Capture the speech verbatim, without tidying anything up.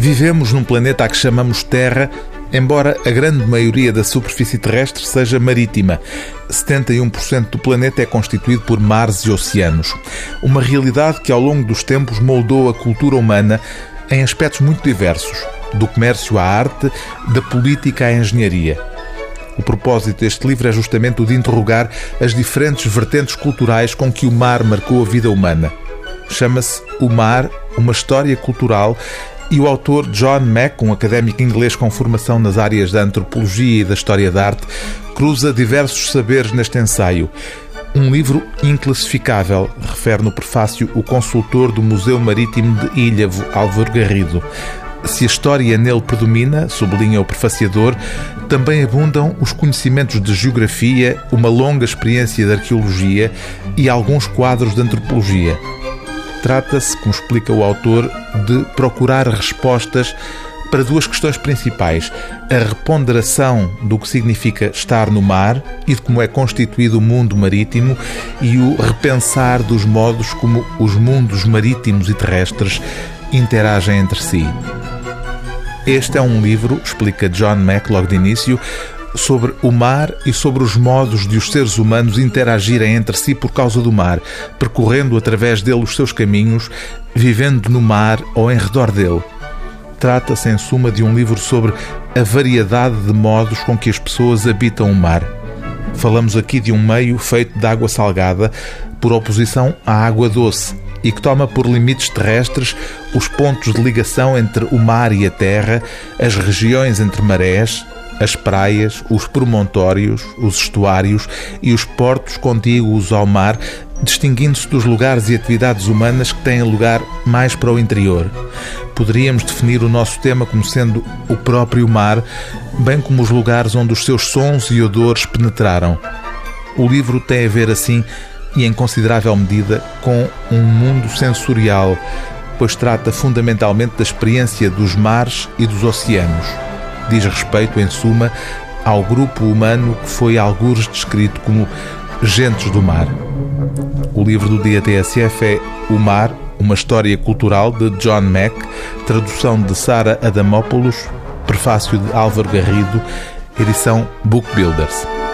Vivemos num planeta a que chamamos Terra, embora a grande maioria da superfície terrestre seja marítima. setenta e um por cento do planeta é constituído por mares e oceanos. Uma realidade que ao longo dos tempos moldou a cultura humana em aspectos muito diversos, do comércio à arte, da política à engenharia. O propósito deste livro é justamente o de interrogar as diferentes vertentes culturais com que o mar marcou a vida humana. Chama-se O Mar, uma história cultural, e o autor John Mack, um académico inglês com formação nas áreas da antropologia e da história da arte, cruza diversos saberes neste ensaio. Um livro inclassificável, refere no prefácio o consultor do Museu Marítimo de Ilhavo, Álvaro Garrido. Se a história nele predomina, sublinha o prefaciador, também abundam os conhecimentos de geografia, uma longa experiência de arqueologia e alguns quadros de antropologia. Trata-se, como explica o autor, de procurar respostas para duas questões principais: a reponderação do que significa estar no mar e de como é constituído o mundo marítimo, e o repensar dos modos como os mundos marítimos e terrestres interagem entre si. Este é um livro, explica John Mack logo de início, sobre o mar e sobre os modos de os seres humanos interagirem entre si por causa do mar, percorrendo através dele os seus caminhos, vivendo no mar ou em redor dele. Trata-se, em suma, de um livro sobre a variedade de modos com que as pessoas habitam o mar. Falamos aqui de um meio feito de água salgada, por oposição à água doce, e que toma por limites terrestres os pontos de ligação entre o mar e a terra, as regiões entre marés, as praias, os promontórios, os estuários e os portos contíguos ao mar, distinguindo-se dos lugares e atividades humanas que têm lugar mais para o interior. Poderíamos definir o nosso tema como sendo o próprio mar, bem como os lugares onde os seus sons e odores penetraram. O livro tem a ver, assim, e em considerável medida, com um mundo sensorial, pois trata fundamentalmente da experiência dos mares e dos oceanos. Diz respeito, em suma, ao grupo humano que foi algures descrito como gentes do mar. O livro do dia T S F é O Mar, uma história cultural, de John Mack, tradução de Sara Adamopoulos, prefácio de Álvaro Garrido, edição Book Builders.